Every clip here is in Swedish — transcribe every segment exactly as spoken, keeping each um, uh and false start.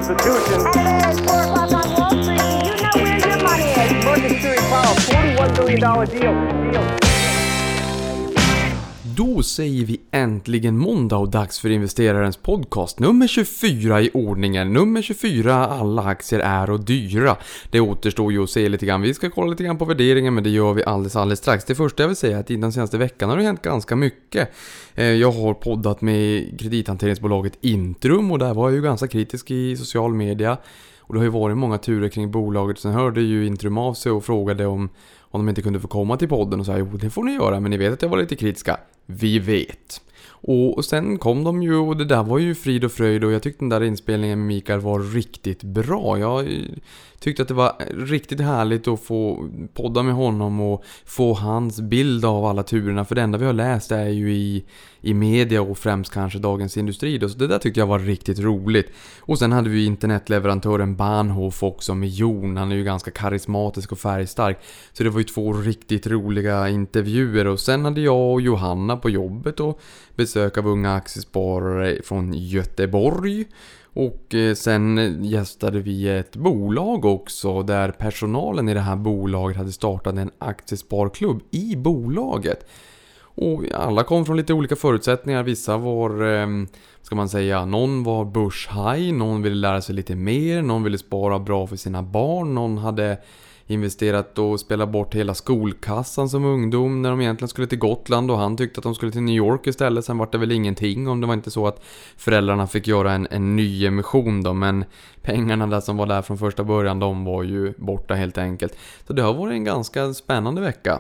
Constitution. At four o'clock on Wall Street, do you know where your money is? Market clearing power, forty-one billion dollar deal. deal. Då säger vi äntligen måndag och dags för investerarens podcast nummer tjugofyra i ordningen. Nummer tjugofyra, alla aktier är och dyra. Det återstår ju att se lite grann. Vi ska kolla lite grann på värderingen, men det gör vi alldeles alldeles strax. Det första jag vill säga är att i den senaste veckan har det hänt ganska mycket. Jag har poddat med kredithanteringsbolaget Intrum och där var jag ju ganska kritisk i social media. Och det har ju varit många turer kring bolaget. Sen hörde ju Intrum av sig och frågade om, om de inte kunde få komma till podden och sa jo, det får ni göra, men ni vet att jag var lite kritiska. Vi vet. Och sen kom de ju och det där var ju frid och fröjd och jag tyckte den där inspelningen med Mikael var riktigt bra. Jag tyckte att det var riktigt härligt att få podda med honom och få hans bild av alla turerna. För det enda vi har läst är ju i, i media och främst kanske Dagens Industri. Då. Så det där tyckte jag var riktigt roligt. Och sen hade vi internetleverantören Bahnhof också med Jon. Han är ju ganska karismatisk och färgstark. Så det var ju två riktigt roliga intervjuer. Och sen hade jag och Johanna på jobbet och besök av unga aktiesparare från Göteborg. Och sen gästade vi ett bolag också där personalen i det här bolaget hade startat en aktiesparklubb i bolaget. Och alla kom från lite olika förutsättningar. Vissa var, ska man säga, någon var börshaj, någon ville lära sig lite mer, någon ville spara bra för sina barn, någon hade investerat och spelat bort hela skolkassan som ungdom när de egentligen skulle till Gotland och han tyckte att de skulle till New York istället. Sen var det väl ingenting om det var inte så att föräldrarna fick göra en, en ny emission då, men pengarna där som var där från första början, de var ju borta helt enkelt. Så det har varit en ganska spännande vecka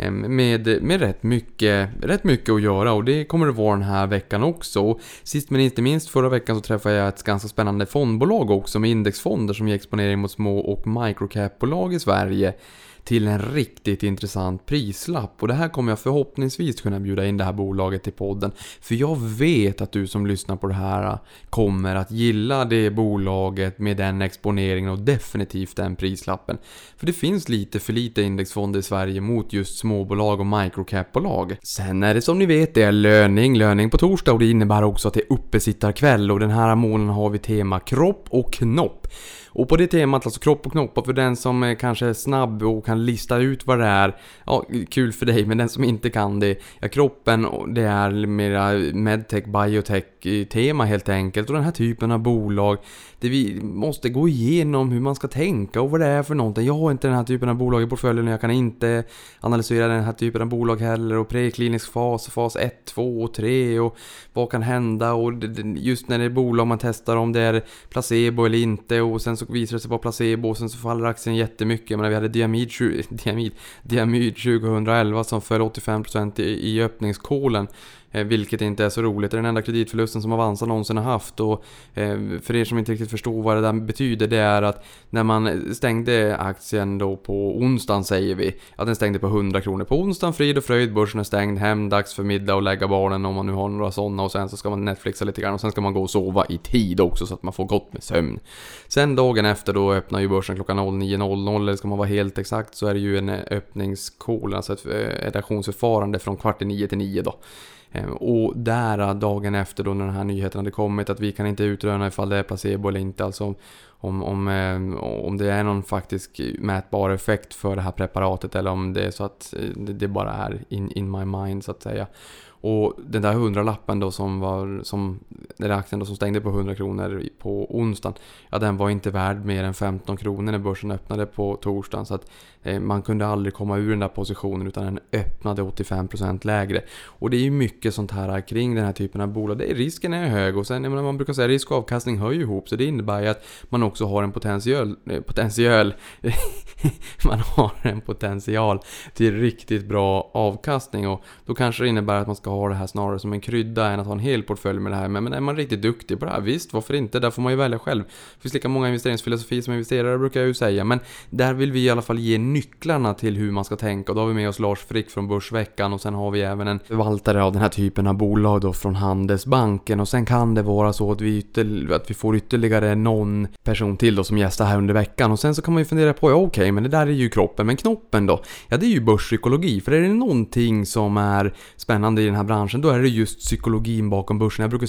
med, med rätt, mycket, rätt mycket att göra och det kommer det vara den här veckan också. Sist men inte minst förra veckan så träffade jag ett ganska spännande fondbolag också med indexfonder som ger exponering mot små och microcap-bolag i Sverige till en riktigt intressant prislapp. Och det här kommer jag förhoppningsvis kunna bjuda in det här bolaget till podden. För jag vet att du som lyssnar på det här kommer att gilla det bolaget med den exponeringen och definitivt den prislappen. För det finns lite för lite indexfonder i Sverige mot just småbolag och microcap-bolag. Sen är det som ni vet, det är löning, löning på torsdag och det innebär också att det är uppesittarkväll och den här månaden har vi tema kropp och knopp. Och på det temat, alltså kropp och knopp, och för den som kanske är snabb och kan lista ut vad det är, ja, kul för dig, men den som inte kan det, ja, kroppen, det är mera medtech, biotech tema helt enkelt, och den här typen av bolag, där vi måste gå igenom hur man ska tänka och vad det är för någonting. Jag har inte den här typen av bolag i portföljen och jag kan inte analysera den här typen av bolag heller, och preklinisk fas, fas ett, två och tre och vad kan hända, och just när det är bolag man testar om det är placebo eller inte, och sen så visar det sig vara placebo och sen så faller aktien jättemycket. Men vi hade Diamyd, Diamyd, Diamyd tjugoelva som föll åttiofem procent i, i öppningskolen. Eh, vilket inte är så roligt. Det är den enda kreditförlusten som Avanza någonsin har haft. Och eh, för er som inte riktigt förstår vad det där betyder, det är att när man stängde aktien då på onsdagen, säger vi att den stängde på hundra kronor på onsdagen, frid och fröjd, börsen är stängd, hem, dags för middag och lägga barnen om man nu har några sådana, och sen så ska man Netflixa lite grann och sen ska man gå och sova i tid också så att man får gott med sömn. Sen dagen efter då öppnar ju börsen klockan nio noll noll, eller ska man vara helt exakt så är det ju en öppningskol, alltså ett, ett auktionsförfarande från kvart i nio till nio då. Och där dagen efter då när den här nyheten hade kommit att vi kan inte utröna ifall det är placebo eller inte, alltså om, om, om det är någon faktisk mätbar effekt för det här preparatet eller om det är så att det bara är in, in my mind så att säga. Och den där hundralappen då som var som den aktien då som stängde på hundra kronor på onsdagen, ja, den var inte värd mer än femton kronor när börsen öppnade på torsdagen, så att eh, man kunde aldrig komma ur den där positionen utan den öppnade åttiofem procent lägre. Och det är ju mycket sånt här kring den här typen av bolag. Det är, risken är hög, och sen menar, man brukar säga risk och avkastning hör ju ihop, så det innebär ju att man också har en potential eh, potential man har en potential till riktigt bra avkastning, och då kanske det innebär att man ska ha det här snarare som en krydda än att ha en hel portfölj med det här. Men, men är man riktigt duktig på det här, visst, varför inte? Där får man ju välja själv. Det finns lika många investeringsfilosofier som investerare, brukar jag ju säga. Men där vill vi i alla fall ge nycklarna till hur man ska tänka. Och då har vi med oss Lars Frick från Börsveckan, och sen har vi även en förvaltare av den här typen av bolag då från Handelsbanken. Och sen kan det vara så att vi, ytter, att vi får ytterligare någon person till då som gästar här under veckan. Och sen så kan man ju fundera på, ja okej, okay, men det där är ju kroppen. Men knoppen då? Ja, det är ju börspsykologi. För är det någonting som är spännande i den här branschen, då är det just psykologin bakom börsen. Jag brukar säga när börsen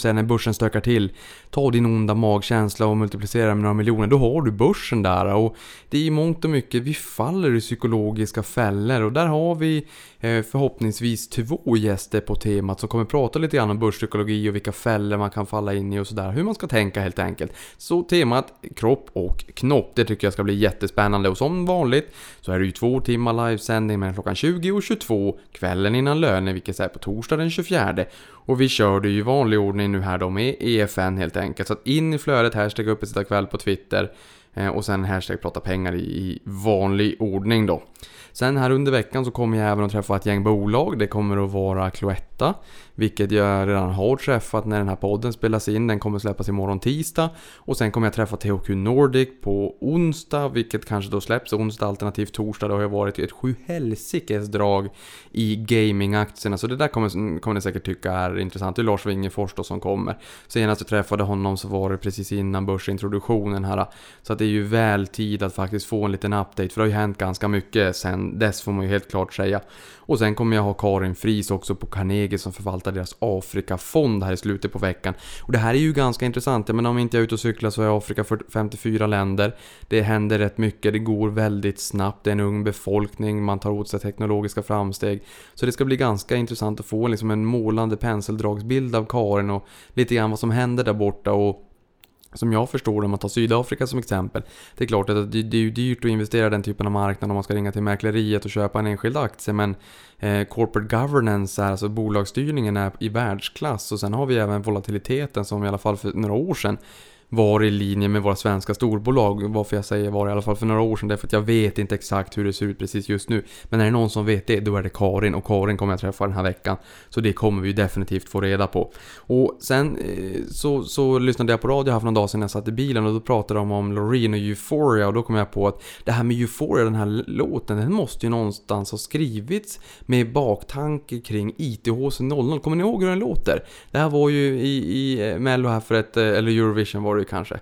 börsen stökar till, ta din onda magkänsla och multiplicera med några miljoner, då har du börsen där. Och det är i mångt och mycket, vi faller i psykologiska fällor, och där har vi eh, förhoppningsvis två gäster på temat som kommer prata lite grann om börspsykologi och vilka fällor man kan falla in i och sådär, hur man ska tänka helt enkelt. Så temat kropp och knopp, det tycker jag ska bli jättespännande, och som vanligt så är det ju två timmar livesändning mellan klockan tjugo och tjugotvå kvällen innan lönen, vilket är på torsdag den tjugofjärde. Och vi kör det ju i vanlig ordning nu här då med E F N helt enkelt. Så att in i flödet, hashtag uppe sitta kväll på Twitter eh, och sen hashtag prata pengar i, i vanlig ordning då. Sen här under veckan så kommer jag även att träffa ett gäng bolag. Det kommer att vara Cloetta, vilket jag redan har träffat när den här podden spelas in. Den kommer släppas imorgon tisdag. Och sen kommer jag träffa T H Q Nordic på onsdag, vilket kanske då släpps onsdag alternativt torsdag. Det har ju varit ett sjuhelsikes drag i gamingaktierna, så det där kommer, kommer ni säkert tycka är intressant. Det är Lars Wingefors då som kommer. Senast jag träffade honom så var det precis innan börsintroduktionen här. Så att det är ju väl tid att faktiskt få en liten update, för det har ju hänt ganska mycket sen dess, får man ju helt klart säga. Och sen kommer jag ha Karin Fries också på Carnegie som förvaltar deras Afrikafond här i slutet på veckan. Och det här är ju ganska intressant. Men om inte jag är ute och cyklar så är Afrika för femtiofyra länder. Det händer rätt mycket, det går väldigt snabbt. Det är en ung befolkning, man tar åt sig teknologiska framsteg. Så det ska bli ganska intressant att få liksom en målande penseldragsbild av Karin och lite grann vad som händer där borta. Och som jag förstår, om man tar Sydafrika som exempel, det är klart att det, det är ju dyrt att investera i den typen av marknad om man ska ringa till mäkleriet och köpa en enskild aktie, men eh, corporate governance, är, alltså bolagsstyrningen, är i världsklass. Och sen har vi även volatiliteten som i alla fall för några år sedan var i linje med våra svenska storbolag. Varför jag säger var i alla fall för några år sedan, det är för att jag vet inte exakt hur det ser ut precis just nu. Men är det någon som vet det, då är det Karin, och Karin kommer jag träffa den här veckan. Så det kommer vi ju definitivt få reda på. Och sen så, så lyssnade jag på radio här för någon dag sedan jag satt i bilen, och då pratade de om Loreen och Euphoria, och då kom jag på att det här med Euphoria, den här låten, den måste ju någonstans ha skrivits med baktanke kring I T H C noll noll. Kommer ni ihåg hur den låter? Det här var ju i, i Mello här för ett, eller Eurovision var det kanske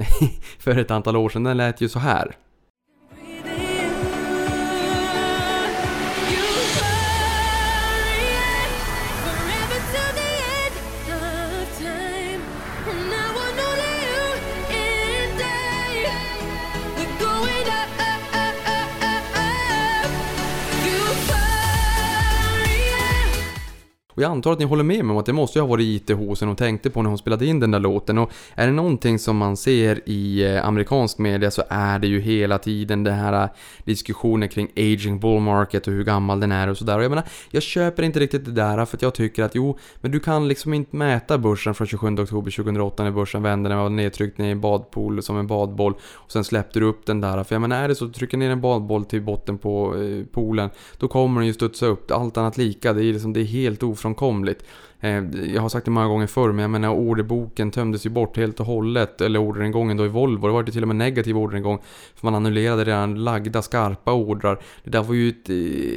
för ett antal år sedan. Den lät ju så här. Och jag antar att ni håller med mig om att det måste ju ha varit I T H sen hon tänkte på när hon spelade in den där låten. Och är det någonting som man ser i eh, amerikansk media, så är det ju hela tiden den här diskussionen kring aging bull market och hur gammal den är och sådär. Och jag menar, jag köper inte riktigt det där, för att jag tycker att jo, men du kan liksom inte mäta börsen från tjugosjunde oktober tjugohundraåtta när börsen vände, när man var nedtryckt ner i en badpool som en badboll, och sen släppte du upp den där. För jag menar, är det så att du trycker ner en badboll till botten på eh, poolen, då kommer den ju studsa upp. Allt annat lika, det är liksom, det är helt ofrånkomligt. Jag har sagt det många gånger förr, men jag menar, orderboken tömdes ju bort helt och hållet, eller orderingången då i Volvo, det var det till och med negativ orderingång, för man annullerade redan lagda skarpa ordrar. Det där var ju ett,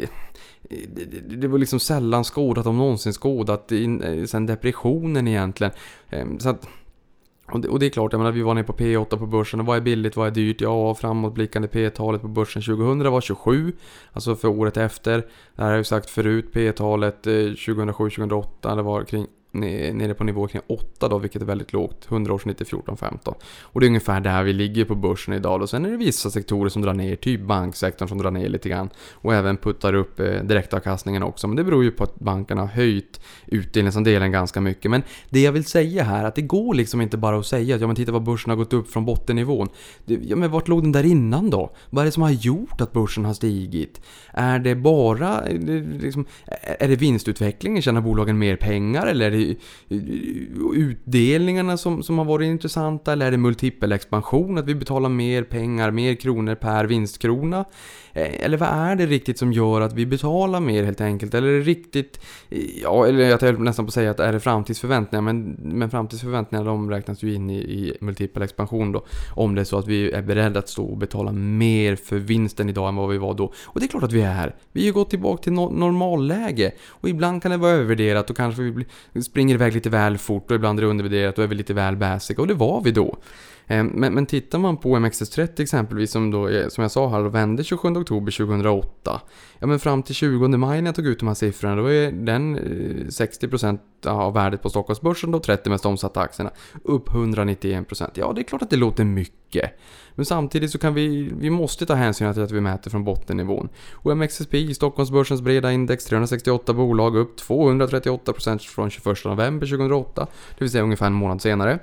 det, det var liksom sällan skådat, om någonsin skådat sen depressionen egentligen. Så att Och det, och det är klart, jag menar, vi var nere på P åtta på börsen, och vad är billigt, vad är dyrt? Ja, framåtblickande P-talet på börsen tjugohundra var tjugosju, alltså för året efter. Det här har jag ju sagt förut, P-talet eh, tjugohundrasju tjugohundraåtta, det var kring nere på nivå kring åtta då, vilket är väldigt lågt, hundra års snitt fjorton femton. Och det är ungefär där vi ligger på börsen idag. Och sen är det vissa sektorer som drar ner, typ banksektorn som drar ner lite grann, och även puttar upp eh, direktavkastningen också. Men det beror ju på att bankerna har höjt utdelningsandelen ganska mycket. Men det jag vill säga här, att det går liksom inte bara att säga att ja, men titta vad börsen har gått upp från bottennivån. Det, ja, men vart låg den där innan då? Vad är det som har gjort att börsen har stigit? Är det bara liksom, är det vinstutvecklingen, tjänar bolagen mer pengar, eller är det utdelningarna som, som har varit intressanta, eller är det multipel expansion, att vi betalar mer pengar, mer kronor per vinstkrona, eller vad är det riktigt som gör att vi betalar mer helt enkelt, eller är det riktigt, ja, eller jag tar nästan på att säga att är det framtidsförväntningar, men, men framtidsförväntningar de räknas ju in i, i multipel expansion då, om det är så att vi är beredda att stå och betala mer för vinsten idag än vad vi var då. Och det är klart att vi är, vi har ju gått tillbaka till no- normalläge, och ibland kan det vara övervärderat, och kanske vi blir, springer iväg lite väl fort, och ibland är det undervärderat och är vi lite väl basic, och det var vi då. Men, men tittar man på O M X S trettio exempelvis, som, då, som jag sa här, då vände tjugosjunde oktober tjugohundraåtta. Ja, men fram till tjugonde maj när jag tog ut de här siffrorna, då är den sextio procent av värdet på Stockholmsbörsen, då trettio mest omsatta aktierna, upp hundranittioen procent. Ja, det är klart att det låter mycket. Men samtidigt så kan vi, vi måste ta hänsyn till att vi mäter från bottennivån. O M X S P, Stockholmsbörsens breda index, trehundrasextioåtta bolag, upp tvåhundratrettioåtta procent från tjugoförsta november tjugohundraåtta, det vill säga ungefär en månad senare.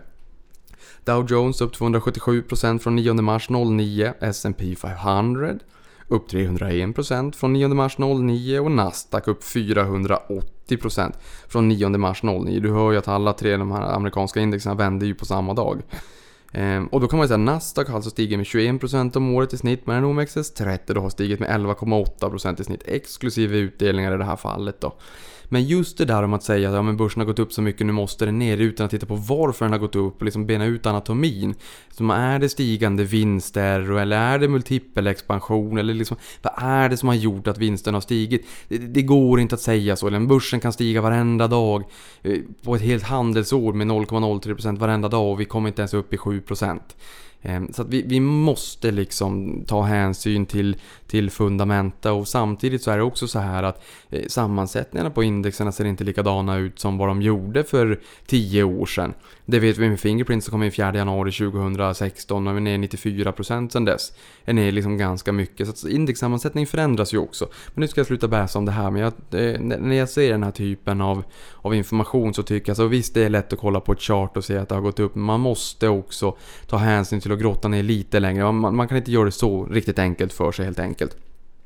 Dow Jones upp tvåhundrasjuttiosju procent från nionde mars noll nio, S and P femhundra upp trehundraen procent från nionde mars noll nio och Nasdaq upp fyrahundraåttio procent från nionde mars noll nio. Du hör ju att alla tre de här amerikanska indexerna vänder ju på samma dag. Ehm, och då kan man säga att Nasdaq har alltså stigit med tjugoen procent om året i snitt, men O M X S trettio då har stigit med elva komma åtta procent i snitt, exklusive utdelningar i det här fallet då. Men just det där om att säga att ja, men börsen har gått upp så mycket, nu måste den ner, utan att titta på varför den har gått upp och liksom bena ut anatomin. Så är det stigande vinster eller är det multipelexpansion eller liksom, vad är det som har gjort att vinsten har stigit? Det, det går inte att säga så. En börsen kan stiga varenda dag på ett helt handelsår med noll komma noll tre procent varenda dag och vi kommer inte ens upp i sju procent. Så att vi, vi måste liksom ta hänsyn till, till fundamenta, och samtidigt så är det också så här att eh, sammansättningarna på indexerna ser inte likadana ut som vad de gjorde för tio år sedan. Det vet vi med Fingerprint, som kom i fjärde januari tjugohundrasexton och är ner nittiofyra procent sedan dess. Är ner liksom ganska mycket, så att indexsammansättning förändras ju också. Men nu ska jag sluta bäsa om det här, men jag, eh, när jag ser den här typen av, av information så tycker jag så visst, det är lätt att kolla på ett chart och se att det har gått upp, men man måste också ta hänsyn till att grotta ner lite längre. Man, man kan inte göra det så riktigt enkelt för sig helt enkelt.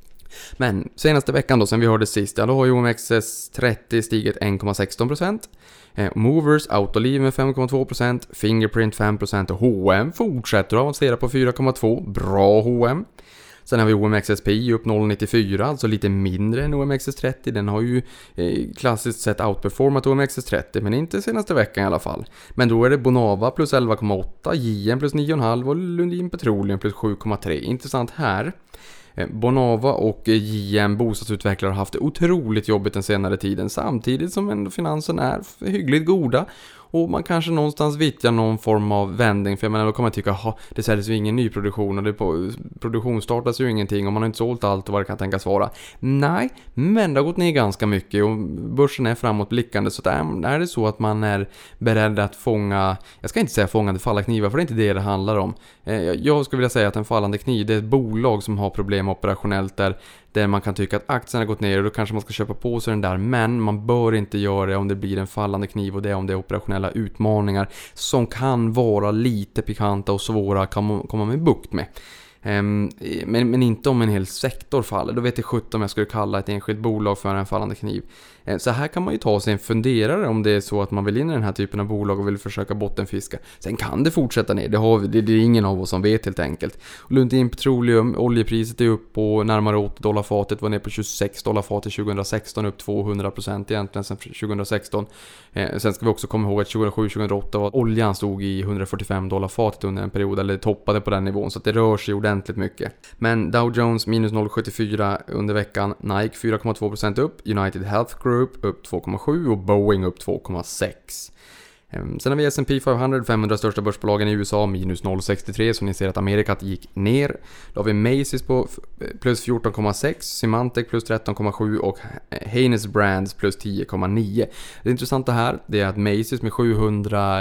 Men senaste veckan då, sen vi hörde sist, ja, då har ju O M X S trettio stigit en komma sexton procent. Eh, Movers, Autoliv med fem komma två procent, Fingerprint fem procent och H och M fortsätter att avancera på fyra komma två. Bra H och M. Sen har vi O M X S P upp noll komma nittiofyra, alltså lite mindre än O M X S trettio. Den har ju eh, klassiskt sett outperformat O M X S trettio, men inte senaste veckan i alla fall. Men då är det Bonava plus elva komma åtta, J M plus nio komma fem och Lundin Petroleum plus sju komma tre. Intressant här. Bonava och J M bostadsutvecklare har haft det otroligt jobbigt den senare tiden, samtidigt som ändå finansen är hyggligt goda. Och man kanske någonstans vittjar någon form av vändning. För jag menar, då kommer man tycka att det säljs ju ingen nyproduktion och det på, produktion startas ju ingenting och man har inte sålt allt och vad det kan tänkas vara. Nej, men det har gått ner ganska mycket och börsen är framåtblickande. Så där är det så att man är beredd att fånga, jag ska inte säga fångande falla knivar, för det är inte det det handlar om. Jag skulle vilja säga att en fallande kniv, det är ett bolag som har problem operationellt där där man kan tycka att aktien har gått ner och då kanske man ska köpa på sig den där, men man bör inte göra det om det blir en fallande kniv, och det är om det är operationella utmaningar som kan vara lite pikanta och svåra att komma med bukt med. Um, men, men inte om en hel sektor faller. Då vet jag sjutton om jag skulle kalla ett enskilt bolag för en fallande kniv. Um, så här kan man ju ta sig en funderare om det är så att man vill in i den här typen av bolag och vill försöka bottenfiska. Sen kan det fortsätta ner, det, har vi, det, det är ingen av oss som vet helt enkelt. Lundin Petroleum, oljepriset är upp på närmare åttio dollar fatet, var ner på tjugosex dollar fatet tjugohundrasexton, upp tvåhundra procent egentligen sedan tjugohundrasexton. Um, sen ska vi också komma ihåg att tjugohundrasju tjugohundraåtta var oljan stod i hundrafyrtiofem dollar fatet under en period, eller toppade på den nivån, så att det rör sig ordentligt mycket. Men Dow Jones minus noll komma sjuttiofyra under veckan, Nike fyra komma två procent upp, United Health Group upp två komma sju och Boeing upp två komma sex. Sen har vi S and P femhundra, femhundra största börsbolagen i U S A, minus noll komma sextiotre, så ni ser att Amerika gick ner. Då har vi Macy's på plus fjorton komma sex, Symantec plus tretton komma sju och Hanes Brands plus tio komma nio. Det intressanta här, det är att Macy's med sjuhundra...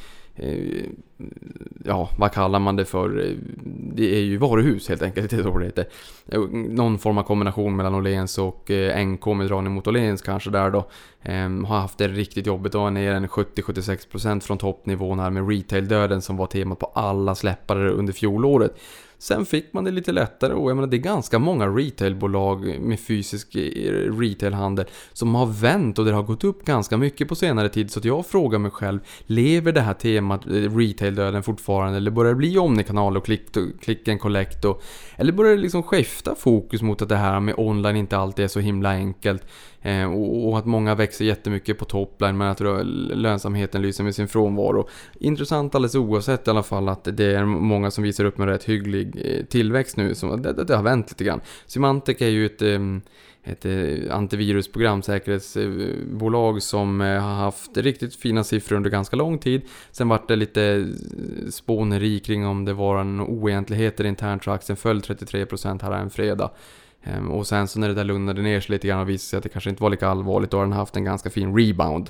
ja, vad kallar man det för? Det är ju varuhus helt enkelt, det är så det heter. Någon form av kombination mellan Åhléns och N K med dragning mot Åhléns kanske där då. Ehm, har haft det riktigt jobbigt och ner en sjuttio till sjuttiosex procent från toppnivån här med retail-döden som var temat på alla släppare under fjolåret. Sen fick man det lite lättare och jag menar, det är ganska många retailbolag med fysisk retailhandel som har vänt och det har gått upp ganska mycket på senare tid. Så att jag frågar mig själv, lever det här temat retail-döden fortfarande, eller börjar det bli omnikanal och click, click and collect och, eller börjar det liksom skifta fokus mot att det här med online inte alltid är så himla enkelt? Eh, och, och att många växer jättemycket på topline, men att lönsamheten lyser med sin frånvaro. Intressant alldeles oavsett i alla fall att det är många som visar upp med rätt hygglig eh, tillväxt nu. Som, det, det, det har vänt lite grann. Symantec är ju ett, eh, ett antivirusprogram, säkerhetsbolag som har haft riktigt fina siffror under ganska lång tid. Sen var det lite spåneri kring om det var en oegentligheter internt, så aktien föll trettiotre procent här en fredag. Och sen så när det där lugnade ner sig lite grann och visade sig att det kanske inte var lika allvarligt, då har den haft en ganska fin rebound.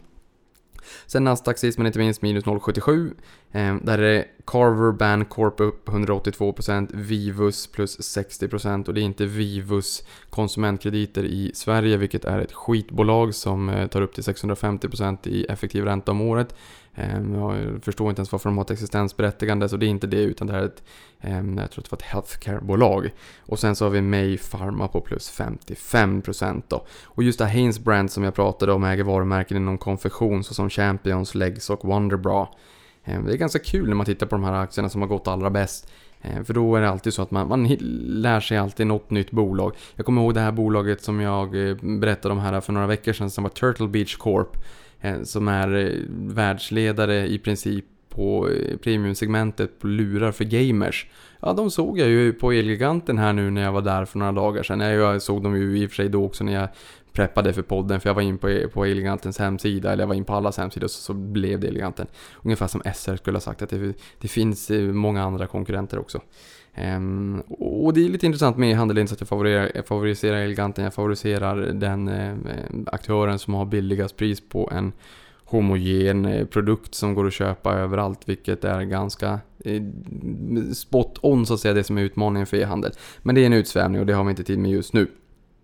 Sen Nasdaq sist men inte minst minus noll komma sjuttiosju. Eh, där är Carver Bancorp upp hundraåttiotvå procent, Vivus plus sextio procent, och det är inte Vivus konsumentkrediter i Sverige, vilket är ett skitbolag som eh, tar upp till sexhundrafemtio procent i effektiv ränta om året. Eh, jag förstår inte ens varför de har ett existensberättigande, så det är inte det, utan det här är ett, eh, jag tror att det var ett healthcare-bolag. Och sen så har vi May Pharma på plus femtiofem procent då. Och just det här Hanes Brand som jag pratade om äger varumärken inom konfektion såsom Champions, Legs och Wonderbra. Det är ganska kul när man tittar på de här aktierna som har gått allra bäst. För då är det alltid så att man, man lär sig alltid något nytt bolag. Jag kommer ihåg det här bolaget som jag berättade om här för några veckor sedan, som var Turtle Beach Corp. Som är världsledare i princip på premiumsegmentet på lurar för gamers. Ja, de såg jag ju på Elgiganten här nu när jag var där för några dagar sedan. Jag såg dem ju i och för sig då också när jag preppade för podden, för jag var in på, på Elgigantens hemsida, eller jag var in på allas hemsida, så, så blev det Elgiganten. Ungefär som S R skulle ha sagt att det, det finns många andra konkurrenter också. Um, och det är lite intressant med handeln, så att jag favoriserar, jag favoriserar Elgiganten, jag favoriserar den eh, aktören som har billigast pris på en homogen produkt som går att köpa överallt, vilket är ganska eh, spot on, så att säga, det som är utmaningen för e-handel. Men det är en utsvävning och det har vi inte tid med just nu.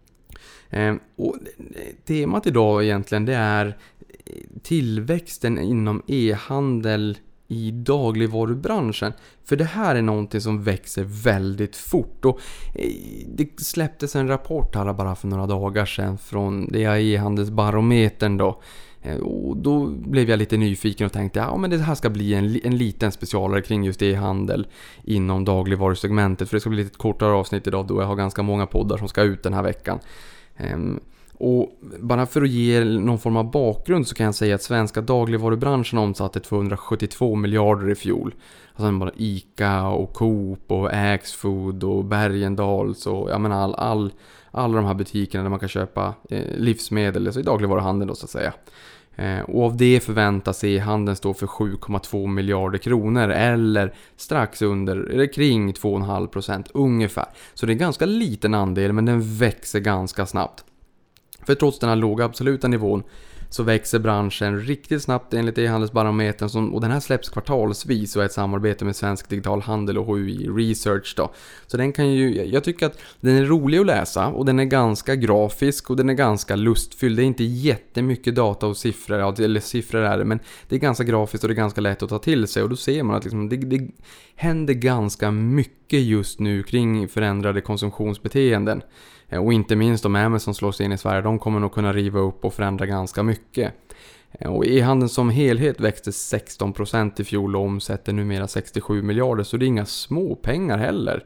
Eh, och temat idag egentligen, det är tillväxten inom e-handel i dagligvarubranschen. För det här är någonting som växer väldigt fort. Och det släpptes en rapport här bara för några dagar sedan från det är e-handelsbarometern då. Och då blev jag lite nyfiken och tänkte ja, men det här ska bli en, en liten specialare kring just e-handel inom dagligvarusegmentet. För det ska bli lite kortare avsnitt idag då jag har ganska många poddar som ska ut den här veckan. Um, och bara för att ge någon form av bakgrund så kan jag säga att svenska dagligvarubranschen omsatte tvåhundrasjuttiotvå miljarder i fjol. Alltså bara Ica och Coop och Axfood och Bergendahls och jag menar all, all, alla de här butikerna där man kan köpa eh, livsmedel, alltså i dagligvaruhandeln då, så att säga. Eh, och av det förväntas e-handeln stå för sju komma två miljarder kronor eller strax under, eller kring två komma fem procent ungefär. Så det är en ganska liten andel, men den växer ganska snabbt. För trots den här låga absoluta nivån så växer branschen riktigt snabbt enligt e-handelsbarometern, som, och den här släpps kvartalsvis och är ett samarbete med Svensk Digital Handel och H U I Research då. Så den kan ju, jag tycker att den är rolig att läsa och den är ganska grafisk och den är ganska lustfylld. Det är inte jättemycket data och siffror, ja, eller siffror är det, men det är ganska grafiskt och det är ganska lätt att ta till sig, och då ser man att liksom, det, det händer ganska mycket just nu kring förändrade konsumtionsbeteenden. Och inte minst de Amazon som slår sig in i Sverige, de kommer nog kunna riva upp och förändra ganska mycket. Och e-handeln som helhet växte sexton procent i fjol och omsätter numera sextiosju miljarder, så det är inga små pengar heller.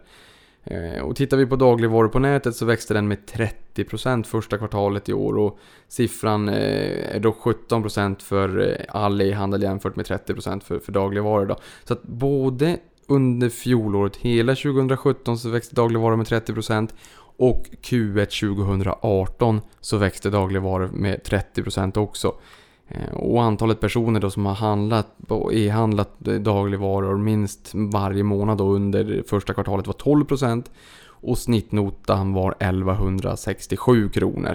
Och tittar vi på dagligvaror på nätet så växte den med trettio procent första kvartalet i år, och siffran är då sjutton procent för all e-handel jämfört med trettio procent för, för dagligvaror då. Så att både under fjolåret, hela tjugosjutton, så växte dagligvaror med trettio procent, och Q ett tjugoarton så växte dagligvaror med trettio procent också. Och antalet personer då som har handlat och e-handlat dagligvaror minst varje månad då under första kvartalet var tolv procent, och snittnotan var elvahundrasextiosju kronor.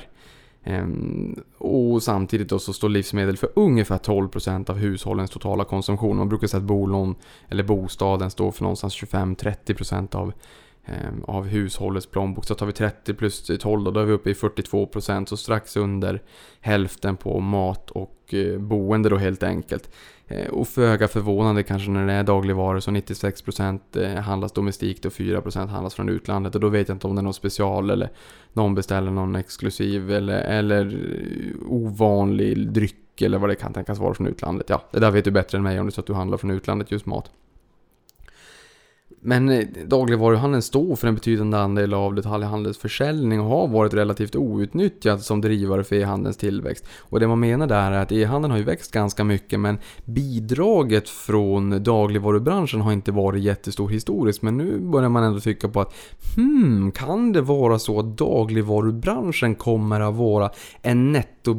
Och samtidigt då så står livsmedel för ungefär tolv procent av hushållens totala konsumtion. Man brukar säga att bolån eller bostaden står för någonstans tjugofem till trettio procent av av hushållets plånbok. Så tar vi trettio plus tolv då, då är vi uppe i fyrtiotvå procent, så strax under hälften på mat och eh, boende då helt enkelt. Eh, och föga förvånande kanske när det är dagligvaror, så nittiosex procent eh, handlas domestikt och fyra procent handlas från utlandet, och då vet jag inte om det är någon special eller någon beställer någon exklusiv eller, eller ovanlig dryck eller vad det kan tänkas vara från utlandet. Ja, det där vet du bättre än mig om det är så att du handlar från utlandet just mat. Men dagligvaruhandeln står för en betydande andel av detaljhandelsförsäljning och har varit relativt outnyttjad som drivare för e-handelns tillväxt. Och det man menar där är att e-handeln har ju växt ganska mycket, men bidraget från dagligvarubranschen har inte varit jättestor historiskt. Men nu börjar man ändå tycka på att hmm, kan det vara så att dagligvarubranschen kommer att vara en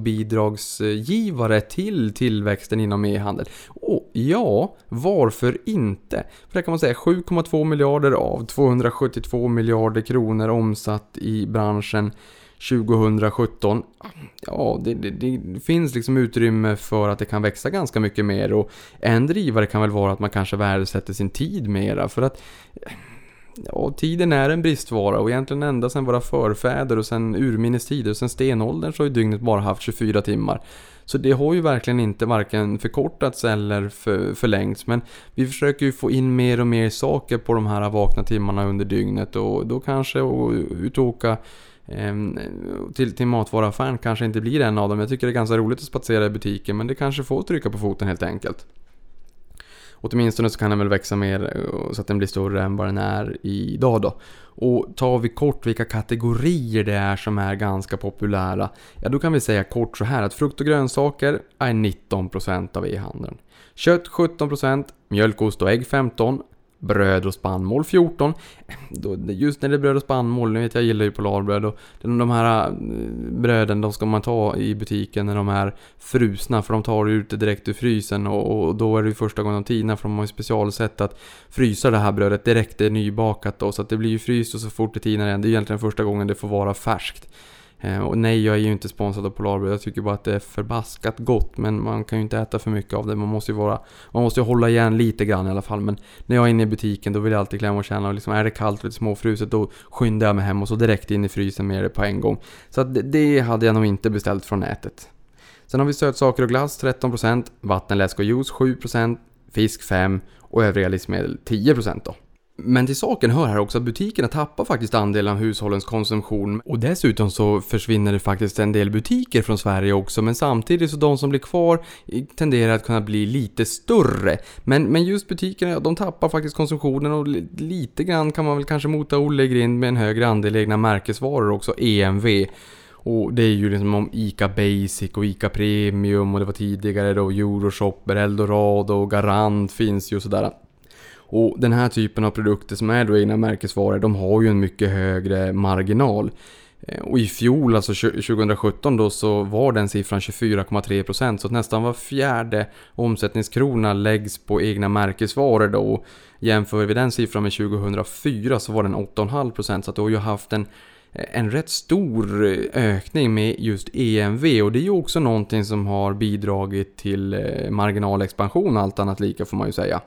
nettobidragsgivare till tillväxten inom e-handel? Och ja, varför inte? För det kan man säga sju komma två miljarder av tvåhundrasjuttiotvå miljarder kronor omsatt i branschen tjugohundrasjutton. Ja, det, det, det finns liksom utrymme för att det kan växa ganska mycket mer, och en drivare kan väl vara att man kanske värdesätter sin tid mera, för att ja, tiden är en bristvara, och egentligen ända sedan våra förfäder och sen urminnes tider och sen stenåldern så har ju dygnet bara haft tjugofyra timmar. Så det har ju verkligen inte varken förkortats eller för, förlängts, men vi försöker ju få in mer och mer saker på de här vakna timmarna under dygnet, och då kanske och utåka eh, till, till matvaruaffären kanske inte blir en av dem. Jag tycker det är ganska roligt att spatsera i butiken, men det kanske får trycka på foten helt enkelt. Åtminstone så kan den väl växa mer så att den blir större än vad den är idag då. Och tar vi kort vilka kategorier det är som är ganska populära, ja då kan vi säga kort så här att frukt och grönsaker är nitton procent av e-handeln. Kött sjutton procent, mjölk, ost och ägg femton procent, bröd och spannmål fjorton procent. Just när det är bröd och spannmål, nu vet jag gillar ju Polarbröd, och de här bröden de ska man ta i butiken när de är frusna, för de tar ut det direkt ur frysen, och då är det ju första gången de tinar, för de har ju specialsätt att frysa det här brödet direkt, det är nybakat då, så att det blir ju fryst och så fort det tinar igen. Det är egentligen första gången det får vara färskt. Och nej, jag är ju inte sponsrad av Polarbröd. Jag tycker bara att det är förbaskat gott, men man kan ju inte äta för mycket av det. Man måste ju vara, man måste ju hålla igen lite grann i alla fall. Men när jag är inne i butiken, då vill jag alltid klämma och känna, och liksom, är det kallt och lite småfruset, då skyndar jag mig hem och så direkt in i frysen med det på en gång. Så att det, det hade jag nog inte beställt från nätet. Sen har vi sötsaker och glass tretton procent, vattenläsk och juice sju procent, fisk fem procent och övriga livsmedel tio procent då. Men till saken hör här också att butikerna tappar faktiskt andel av hushållens konsumtion, och dessutom så försvinner det faktiskt en del butiker från Sverige också, men samtidigt så de som blir kvar tenderar att kunna bli lite större. Men, men just butikerna, de tappar faktiskt konsumtionen, och lite grann kan man väl kanske mota Olle i grind med en högre andel egna märkesvaror också, E M V. Och det är ju liksom om Ica Basic och Ica Premium, och det var tidigare då Euroshopper, Eldorado och Garant finns ju sådär. Och den här typen av produkter som är då egna märkesvaror, de har ju en mycket högre marginal. Och i fjol, alltså tjugohundrasjutton då, så var den siffran tjugofyra komma tre procent. Så att nästan var fjärde omsättningskrona läggs på egna märkesvaror då. Och jämför vi den siffran med tjugohundrafyra så var den åtta komma fem procent. Så att du har ju haft en, en rätt stor ökning med just E M V. Och det är ju också någonting som har bidragit till marginalexpansion, allt annat lika får man ju säga.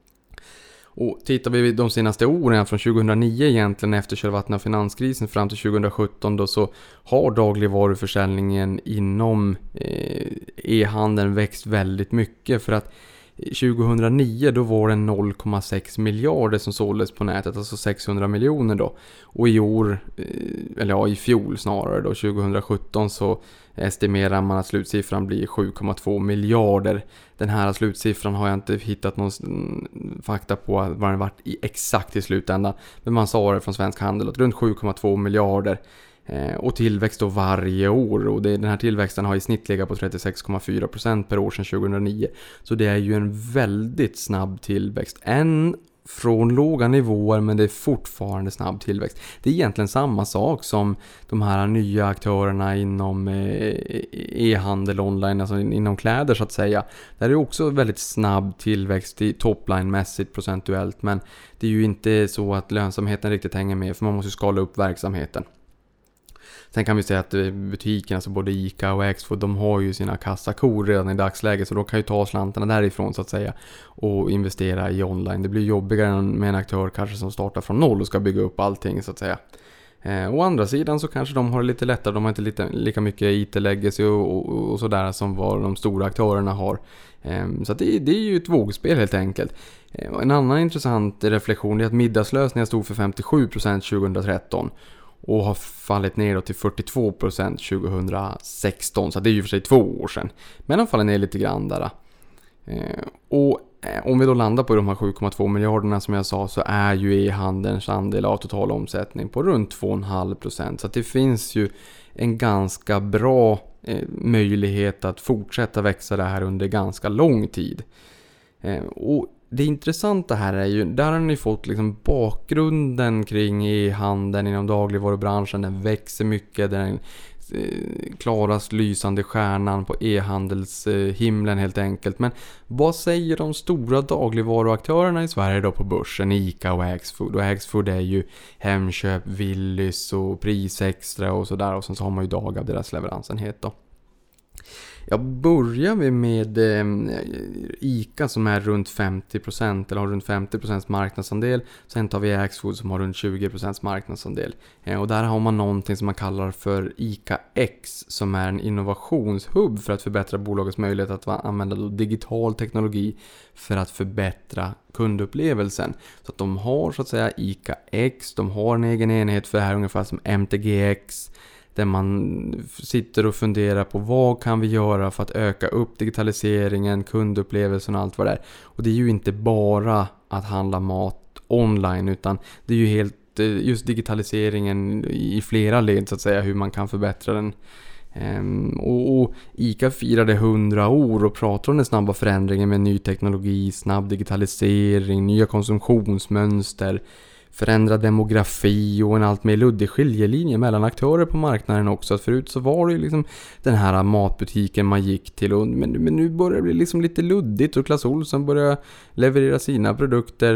Och tittar vi de senaste åren från tjugohundranio egentligen efter kölvattnet av finanskrisen fram till tjugohundrasjutton då, så har dagligvaruförsäljningen inom eh, e-handeln växt väldigt mycket, för att tjugohundranio då var det noll komma sex miljarder som såldes på nätet, alltså sexhundra miljoner då. Och i år, eller ja i fjol snarare då, tjugohundrasjutton så estimerar man att slutsiffran blir sju komma två miljarder. Den här slutsiffran har jag inte hittat någon fakta på vad den varit i exakt i slutändan, men man sa det från Svensk Handel att runt sju komma två miljarder. Och tillväxt då varje år, och det, den här tillväxten har i snitt legat på trettiosex komma fyra procent per år sedan tjugohundranio. Så det är ju en väldigt snabb tillväxt. En från låga nivåer, men det är fortfarande snabb tillväxt. Det är egentligen samma sak som de här nya aktörerna inom e-handel online, alltså inom kläder så att säga. Där är det också väldigt snabb tillväxt i topline-mässigt procentuellt, men det är ju inte så att lönsamheten riktigt hänger med, för man måste skala upp verksamheten. Sen kan vi säga att butikerna, alltså både Ica och Axfood, de har ju sina kassakor redan i dagsläget, så de kan ju ta slantarna därifrån så att säga och investera i online. Det blir jobbigare med en aktör kanske som startar från noll och ska bygga upp allting så att säga. Eh, å andra sidan så kanske de har det lite lättare, de har inte lite, lika mycket I T-legacy och, och, och sådär som vad de stora aktörerna har. Eh, så att det, det är ju ett vågspel helt enkelt. Eh, en annan intressant reflektion är att middagslösningar stod för femtiosju procent tjugohundratretton. Och har fallit ner till fyrtiotvå procent tjugohundrasexton. Så det är ju för sig två år sedan. Men de faller ner lite grann där. Eh, och om vi då landar på de här sju komma två miljarderna som jag sa, så är ju e-handelns andel av total omsättning på runt två komma fem procent. Så att det finns ju en ganska bra eh, möjlighet att fortsätta växa det här under ganska lång tid. Eh, och det intressanta här är ju, där har ni fått liksom bakgrunden kring e-handeln inom dagligvarubranschen. Den växer mycket, den klarast lysande stjärnan på e-handelshimlen helt enkelt. Men vad säger de stora dagligvaruaktörerna i Sverige då på börsen? ICA och Axfood. Och Axfood är ju Hemköp, Willys och Prisextra och sådär. Och sen så har man ju Dagab, deras leveransenhet då. Jag börjar vi med eh, ICA som är runt femtio procent eller har runt femtio procent marknadsandel. Sen tar vi Axfood som har runt tjugo procent marknadsandel. Eh, och där har man någonting som man kallar för ICA X som är en innovationshubb för att förbättra bolagets möjlighet att använda då digital teknologi för att förbättra kundupplevelsen. Så att de har så att säga ICA X, de har en egen enhet för det här ungefär som M T G X. Där man sitter och funderar på vad kan vi göra för att öka upp digitaliseringen, kundupplevelsen och allt vad det är. Och det är ju inte bara att handla mat online, utan det är ju helt just digitaliseringen i flera led så att säga, hur man kan förbättra den. Um, och, och ICA firade hundra år och pratar om den snabba förändringen med ny teknologi, snabb digitalisering, nya konsumtionsmönster, förändrad demografi och en allt mer luddig skiljelinje mellan aktörer på marknaden också. Förut så var det ju liksom den här matbutiken man gick till, och, men, men nu börjar det bli liksom lite luddigt och Clas Ohlson börjar leverera sina produkter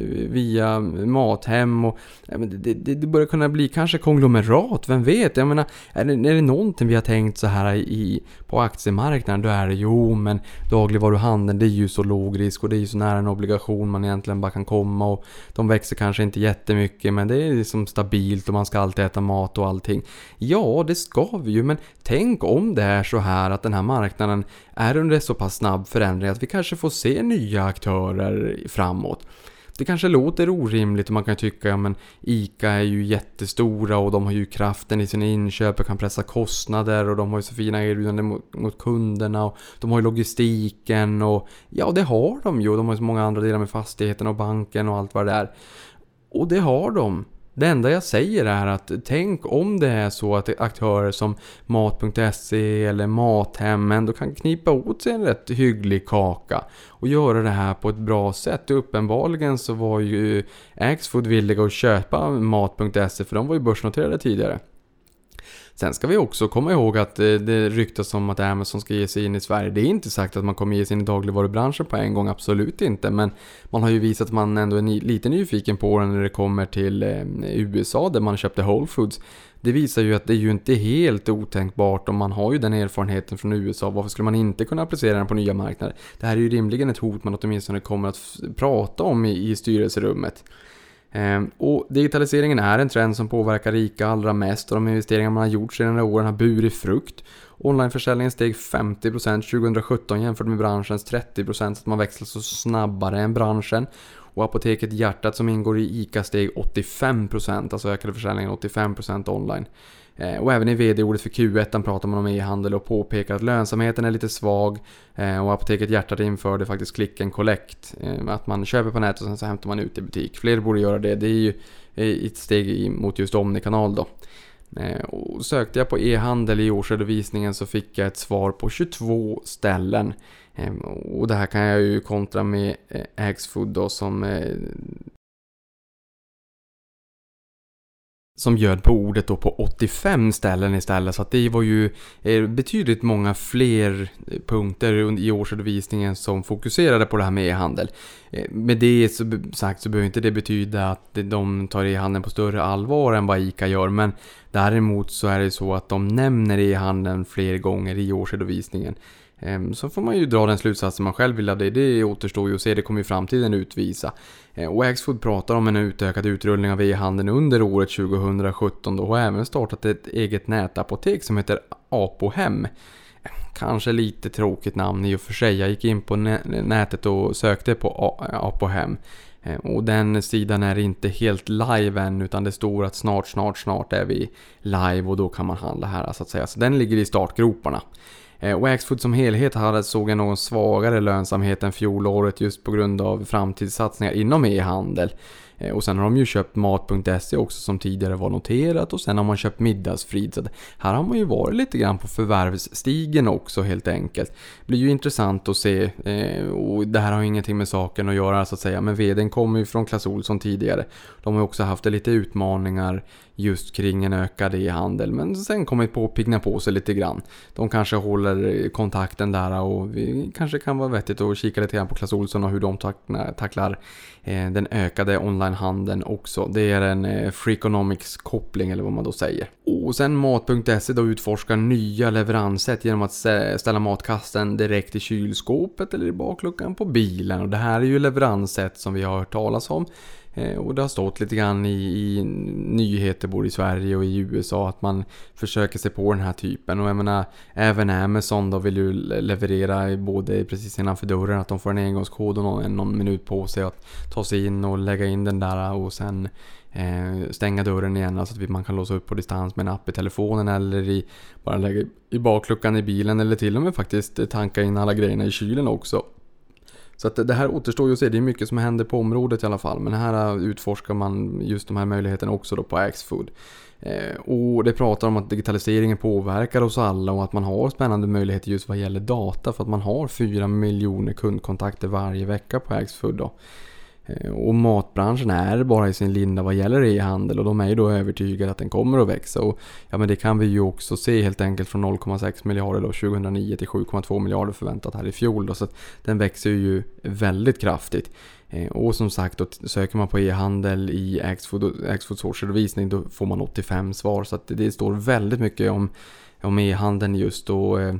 via Mathem och ja, men det, det, det börjar kunna bli kanske konglomerat, vem vet? Jag menar, är det, är det någonting vi har tänkt så här i, på aktiemarknaden, då är det jo, men dagligvaruhandeln, det är ju så låg risk och det är ju så nära en obligation man egentligen bara kan komma, och de växer kanske inte jättemycket, men det är liksom stabilt och man ska alltid äta mat och allting. Ja, det ska vi ju, men tänk om det är så här att den här marknaden är under så pass snabb förändring att vi kanske får se nya aktörer framåt. Det kanske låter orimligt och man kan tycka, ja, men ICA är ju jättestora och de har ju kraften i sina inköp och kan pressa kostnader och de har ju så fina erbjudanden mot, mot kunderna och de har ju logistiken och ja, det har de ju. De har ju så många andra delar med fastigheten och banken och allt vad det är. Och det har de. Det enda jag säger är att tänk om det är så att aktörer som mat punkt se eller Mathem ändå kan knipa åt sig en rätt hygglig kaka och göra det här på ett bra sätt. Och uppenbarligen så var ju Axfood villiga att köpa mat punkt se för de var ju börsnoterade tidigare. Sen ska vi också komma ihåg att det ryktas om att Amazon ska ge sig in i Sverige. Det är inte sagt att man kommer ge sig in i dagligvarubranschen på en gång, absolut inte. Men man har ju visat att man ändå är ny, lite nyfiken på det när det kommer till eh, U S A där man köpte Whole Foods. Det visar ju att det är ju inte helt otänkbart om man har ju den erfarenheten från U S A. Varför skulle man inte kunna applicera den på nya marknader? Det här är ju rimligen ett hot man åtminstone kommer att f- prata om i, i styrelserummet. Um, och digitaliseringen är en trend som påverkar ICA allra mest och de investeringar man har gjort sedan några åren har burit frukt. Onlineförsäljningen steg femtio procent tjugohundrasjutton jämfört med branschens trettio procent, så att man växlar så snabbare än branschen. Och Apoteket Hjärtat som ingår i ICA steg åttiofem procent, alltså ökade försäljningen åttiofem procent online. Eh, och även i vd-ordet för Q ett pratar man om e-handel och påpekar att lönsamheten är lite svag. Eh, och Apoteket Hjärtat införde faktiskt click and collect. Eh, att man köper på nätet och sen så hämtar man ut i butik. Fler borde göra det. Det är ju ett steg mot just Omnikanal då. Eh, och sökte jag på e-handel i årsredovisningen så fick jag ett svar på tjugotvå ställen. Eh, och det här kan jag ju kontra med eh, Axfood då som... Eh, som bjöd på ordet då på åttiofem ställen istället, så att det var ju betydligt många fler punkter i årsredovisningen som fokuserade på det här med e-handel. Med det så sagt så behöver inte det betyda att de tar e-handeln på större allvar än vad ICA gör, men däremot så är det så att de nämner e-handeln fler gånger i årsredovisningen. Så får man ju dra den slutsatsen man själv vill av det. Det återstår ju att se, det kommer ju framtiden utvisa. Och Axfood pratar om en utökad utrullning av e-handeln under året tjugohundrasjutton då, och har även startat ett eget nätapotek som heter Apohem. Kanske lite tråkigt namn i och för sig. Jag gick in på nätet och sökte på Apohem. Och den sidan är inte helt live än, utan det står att snart, snart, snart är vi live och då kan man handla här så att säga. Så den ligger i startgroparna. Och Axfood som helhet hade såg en någon svagare lönsamhet än fjolåret just på grund av framtidssatsningar inom e-handel. Och sen har de ju köpt mat punkt se också som tidigare var noterat, och sen har man köpt Middagsfrid. Så här har man ju varit lite grann på förvärvsstigen också helt enkelt. Det blir ju intressant att se, och det här har ju ingenting med saken att göra så att säga, men vdn kommer ju från Clas Ohlson tidigare. De har ju också haft lite utmaningar just kring en ökad e-handel, men sen kommer på att pigna på sig lite grann. De kanske håller kontakten där, och vi kanske kan vara vettigt att kika lite grann på Clas Ohlson och hur de tacklar eh, den ökade onlinehandeln också. Det är en eh, Freakonomics-koppling eller vad man då säger. Och sen mat punkt se då utforskar nya leveranssätt genom att ställa matkasten direkt i kylskåpet eller i bakluckan på bilen. Och det här är ju leveranssätt som vi har hört talas om. Och det har stått lite grann i, i nyheter både i Sverige och i U S A att man försöker sig på den här typen. Och jag menar, även Amazon då vill ju leverera både precis innanför dörren, att de får en engångskod och någon, någon minut på sig att ta sig in och lägga in den där och sen eh, stänga dörren igen, alltså att man kan låsa upp på distans med en app i telefonen eller i, bara lägga i bakluckan i bilen, eller till och med faktiskt tanka in alla grejerna i kylen också. Så att det här återstår ju att se, det är mycket som händer på området i alla fall. Men här utforskar man just de här möjligheterna också då på Axfood. Eh, och det pratar om att digitaliseringen påverkar oss alla och att man har spännande möjligheter just vad gäller data. För att man har fyra miljoner kundkontakter varje vecka på Axfood då. Eh, och matbranschen är bara i sin linda vad gäller e-handel, och de är ju då övertygade att den kommer att växa. Och ja, men det kan vi ju också se helt enkelt från noll komma sex miljarder då tjugohundranio till sju komma två miljarder förväntat här i fjol då, så att den växer ju väldigt kraftigt. Eh, och som sagt då, söker man på e-handel i Axfood, Axfoods årsredovisning då får man åttiofem svar, så att det, det står väldigt mycket om, om e-handeln just då. Eh,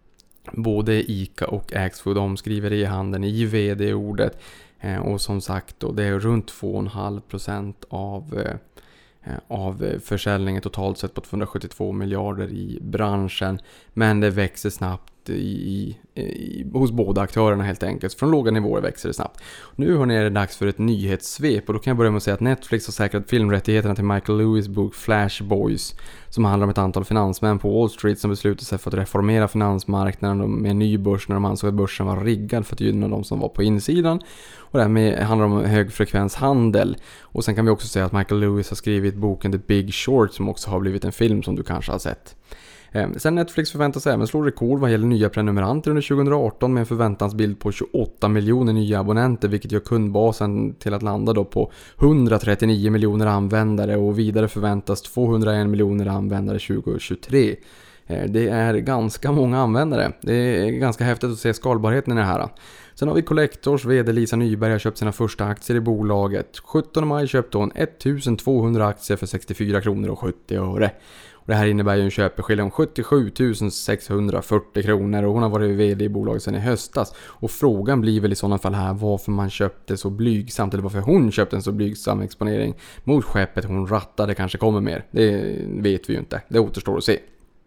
både ICA och Axfood omskriver e-handeln i vd-ordet. Eh, och som sagt då, det är runt två komma fem procent av, eh, av försäljningen totalt sett på tvåhundrasjuttiotvå miljarder i branschen. Men det växer snabbt i, i, hos båda aktörerna helt enkelt. Från låga nivåer växer det snabbt. Nu hörni, är det dags för ett nyhetssvep, och då kan jag börja med att säga att Netflix har säkrat filmrättigheterna till Michael Lewis bok Flash Boys, som handlar om ett antal finansmän på Wall Street som beslutade sig för att reformera finansmarknaden med en ny börs när de ansåg att börsen var riggad för att gynna de som var på insidan. Och därmed handlar det om högfrekvenshandel. Och sen kan vi också säga att Michael Lewis har skrivit boken The Big Short, som också har blivit en film som du kanske har sett. Sen Netflix förväntas även slå rekord vad gäller nya prenumeranter under tjugohundraarton med en förväntansbild på tjugoåtta miljoner nya abonnenter, vilket gör kundbasen till att landa då på hundratrettionio miljoner användare, och vidare förväntas tvåhundraen miljoner användare tjugohundratjugotre. Det är ganska många användare. Det är ganska häftigt att se skalbarheten i det här. Sen har vi Collectors vd Lisa Nyberg har köpt sina första aktier i bolaget. sjuttonde maj köpte hon ettusentvåhundra aktier för sextiofyra kronor och sjuttio öre. Och det här innebär ju en köpeskilling om sjuttiosju tusen sexhundrafyrtio kronor, och hon har varit vd i bolaget sedan i höstas. Och frågan blir väl i sådana fall här varför man köpte så blygsamt, eller varför hon köpte en så blygsam exponering mot skeppet hon rattade kanske kommer mer. Det vet vi ju inte, det återstår att se.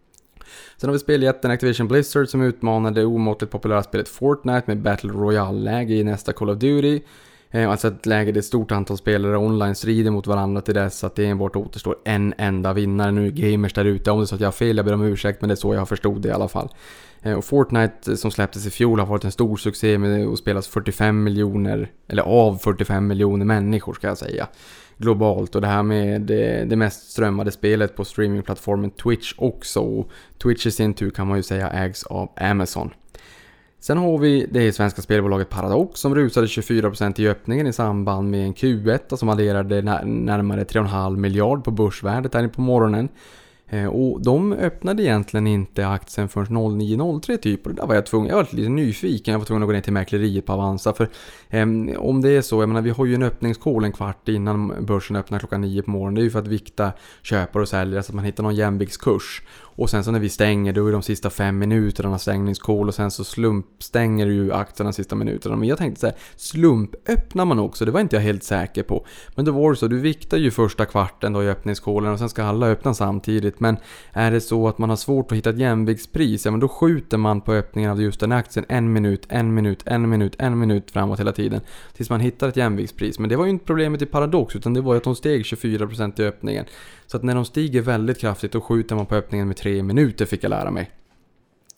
Sen har vi speljätten Activision Blizzard som utmanade det omåttligt populära spelet Fortnite med Battle Royale-läge i nästa Call of Duty. Alltså ett läge där ett stort antal spelare online strider mot varandra till dess att det enbart återstår en enda vinnare. Nu är gamers där ute, om det är så att jag har fel, jag ber om ursäkt, men det är så jag förstod det i alla fall. Och Fortnite som släpptes i fjol har varit en stor succé med att spelas fyrtiofem miljoner, eller av fyrtiofem miljoner människor ska jag säga, globalt. Och det här med det, det mest strömmade spelet på streamingplattformen Twitch också. Och Twitch i sin tur kan man ju säga ägs av Amazon. Sen har vi det svenska spelbolaget Paradox som rusade tjugofyra procent i öppningen i samband med en Q ett som adderade närmare tre komma fem miljard på börsvärdet här på morgonen. Och de öppnade egentligen inte aktien förrän nio noll tre typ, och där var jag tvungen, jag var lite nyfiken, jag var tvungen att gå ner till mäkleriet på Avanza, för eh, om det är så, jag menar vi har ju en öppningskål en kvart innan börsen öppnar klockan nio på morgonen, det är ju för att vikta köpare och säljare så att man hittar någon jämviktskurs. Och sen så när vi stänger, då är de sista fem minuterna stängningskål, och sen så slumpstänger ju aktierna de sista minuterna. Men jag tänkte så här, slump öppnar man också, det var inte jag helt säker på. Men då var det så, du viktar ju första kvarten då i öppningskålen och sen ska alla öppna samtidigt. Men är det så att man har svårt att hitta ett jämviktspris, ja men då skjuter man på öppningen av just den aktien en minut, en minut, en minut, en minut framåt hela tiden. Tills man hittar ett jämviktspris. Men det var ju inte problemet i Paradox, utan det var ju att de steg tjugofyra procent i öppningen. Så att när de stiger väldigt kraftigt då skjuter man på öppningen med tre minuter, fick jag lära mig.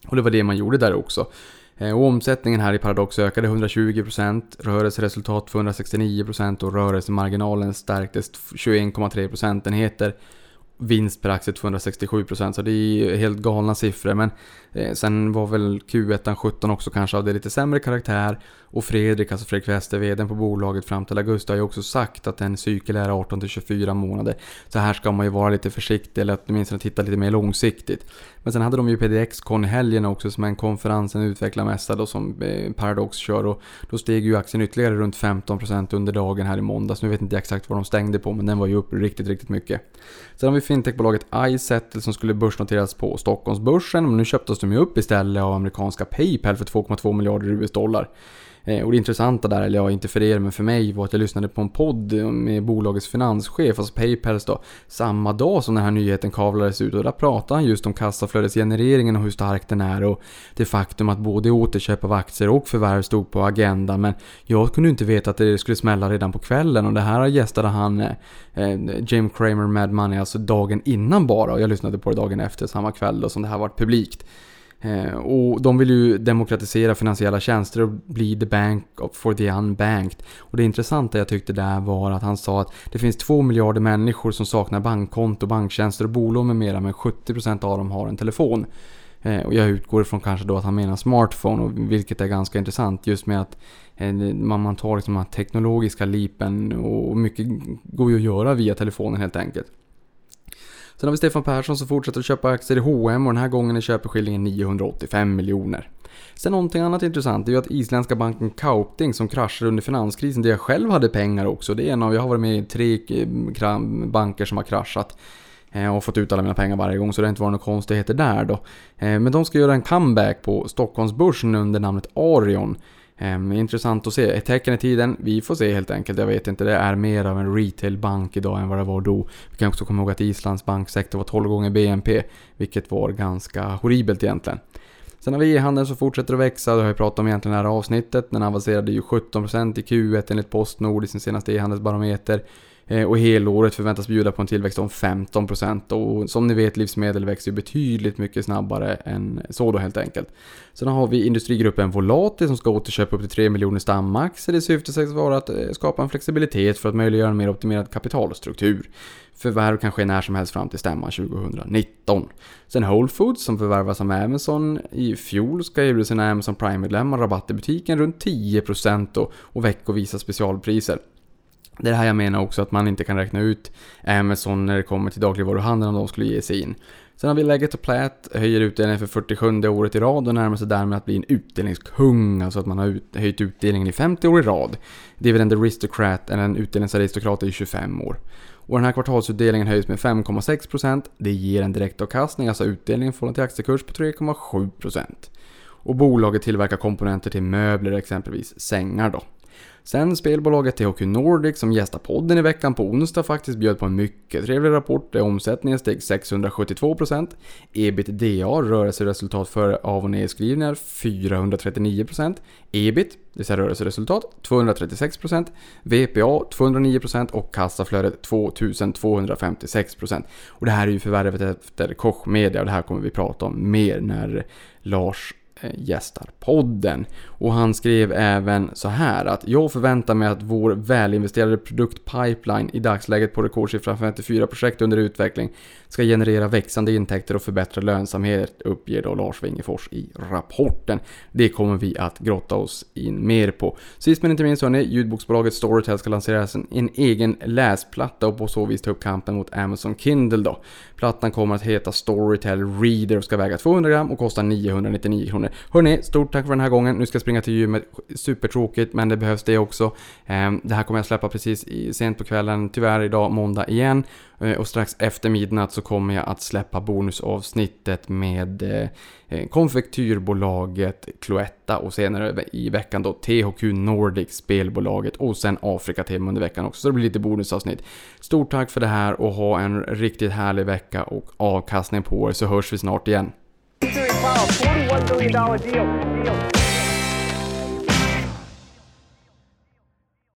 Och det var det man gjorde där också. Och omsättningen här i Paradox ökade hundratjugo procent, rörelseresultat tvåhundrasextionio procent och rörelsemarginalen stärktes tjugoen komma tre procentenheter. Vinst per aktie tvåhundrasextiosju procent, så det är helt galna siffror. Men eh, sen var väl Q ett sjutton också kanske av det lite sämre karaktär. Och Fredrik, alltså Fredrik Wester, vdn på bolaget fram till augusti, har ju också sagt att en cykel är arton till tjugofyra månader. Så här ska man ju vara lite försiktig, eller åtminstone titta lite mer långsiktigt. Men sen hade de ju P D X-con i helgen också, som är en konferens, en utvecklarmässa då, som eh, Paradox kör. Och då steg ju aktien ytterligare runt femton procent under dagen här i måndags. Nu vet inte exakt vad de stängde på, men den var ju upp riktigt, riktigt mycket. Sen har vi fintechbolaget iSettle som skulle börsnoteras på Stockholmsbörsen, men nu köptes de ju upp istället av amerikanska PayPal för två komma två miljarder U S-dollar. Eh, och det intressanta där, eller ja, inte för er men för mig, var att jag lyssnade på en podd med bolagets finanschef, alltså PayPals då, samma dag som den här nyheten kavlades ut, och där pratade han just om kassaflödesgenereringen och hur stark den är, och det faktum att både återköp av aktier och förvärv stod på agendan. Men jag kunde inte veta att det skulle smälla redan på kvällen, och det här gästade han eh, Jim Cramer Mad Money alltså dagen innan bara, och jag lyssnade på det dagen efter samma kväll då, som det här var publikt. Eh, och de vill ju demokratisera finansiella tjänster och bli the bank for the unbanked. Och det intressanta jag tyckte där var att han sa att det finns två miljarder människor som saknar bankkonto, banktjänster och bolån med mera, men sjuttio procent av dem har en telefon. Eh, och jag utgår ifrån kanske då att han menar smartphone, och vilket är ganska intressant just med att eh, man, man tar liksom den här teknologiska lipen, och mycket går ju att göra via telefonen helt enkelt. Sen har vi Stefan Persson som fortsätter att köpa aktier i H och M, och den här gången är köpeskillingen niohundraåttiofem miljoner. Sen någonting annat intressant är ju att isländska banken Kaupthing som kraschade under finanskrisen, där jag själv hade pengar också. Det är en av, jag har varit med i tre banker som har kraschat och fått ut alla mina pengar varje gång, så det har inte varit några konstigheter där då. Men de ska göra en comeback på Stockholmsbörsen under namnet Arion. Um, intressant att se. Ett tecken i tiden, vi får se helt enkelt. Jag vet inte, det är mer av en retailbank idag än vad det var då. Vi kan också komma ihåg att Islands banksektor var tolv gånger B N P, vilket var ganska horribelt egentligen. Sen har vi e-handeln som fortsätter att växa. Det har jag pratat om egentligen i det här avsnittet. Den avancerade ju sjutton procent i Q ett enligt Postnord i sin senaste e-handelsbarometer. Och helåret förväntas bjuda på en tillväxt om femton procent. Och som ni vet, livsmedel växer ju betydligt mycket snabbare än så då helt enkelt. Sen har vi industrigruppen Volati som ska återköpa upp till tre miljoner stamaktier. Det syftet sägs vara att skapa en flexibilitet för att möjliggöra en mer optimerad kapitalstruktur. Förvärv kan ske när som helst fram till stämman tjugonitton. Sen Whole Foods som förvärvas av Amazon i fjol ska erbjuda sina Amazon Prime-medlemmar rabatt i butiken runt tio procent och, och veckovisa specialpriser. Det är det här jag menar också, att man inte kan räkna ut Amazon när det kommer till dagligvaruhandeln om de skulle ge sig in. Sen har vi läget och Platt höjer utdelningen för fyrtiosjunde året i rad och närmar sig därmed att bli en utdelningskung, alltså att man har ut, höjt utdelningen i femtio år i rad. Dividend Aristocrat, eller en utdelningsaristokrat, i tjugofem år. Och den här kvartalsutdelningen höjs med fem komma sex procent. Det ger en direktavkastning, alltså utdelningen förhållande till aktiekurs, på tre komma sju procent. Och bolaget tillverkar komponenter till möbler, exempelvis sängar då. Sen spelbolaget T H Q Nordic som gästar podden i veckan på onsdag faktiskt bjöd på en mycket trevlig rapport där omsättningen steg sexhundrasjuttiotvå procent, EBITDA, rörelseresultat för av- och nedskrivningar, fyrahundratrettionio procent, E B I T, det vill säga rörelseresultat, tvåhundratrettiosex procent, V P A tvåhundranio procent och kassaflödet tvåtusentvåhundrafemtiosex procent. Och det här är ju förvärvet efter Koch Media, och det här kommer vi prata om mer när Lars gästar podden. Och han skrev även så här att jag förväntar mig att vår välinvesterade produktpipeline i dagsläget på rekordsiffran femtiofyra projekt under utveckling ska generera växande intäkter och förbättra lönsamhet, uppger då Lars Wingefors i rapporten. Det kommer vi att grotta oss in mer på. Sist men inte minst, hörni, ljudboksbolaget Storytel ska lansera en, en egen läsplatta och på så vis ta upp kampen mot Amazon Kindle då. Plattan kommer att heta Storytel Reader och ska väga tvåhundra gram och kosta niohundranittionio kronor. Hörrni, stort tack för den här gången. Nu ska jag springa till gymmet. Supertråkigt, men det behövs det också. Det här kommer jag släppa precis sent på kvällen. Tyvärr idag måndag igen. Och strax efter midnatt så kommer jag att släppa bonusavsnittet med eh, konfektyrbolaget Cloetta och senare i veckan då T H Q Nordic, spelbolaget, och sen Afrika-tema under veckan också. Så det blir lite bonusavsnitt. Stort tack för det här och ha en riktigt härlig vecka och avkastning på er, så hörs vi snart igen. forty-one billion dollars deal. deal.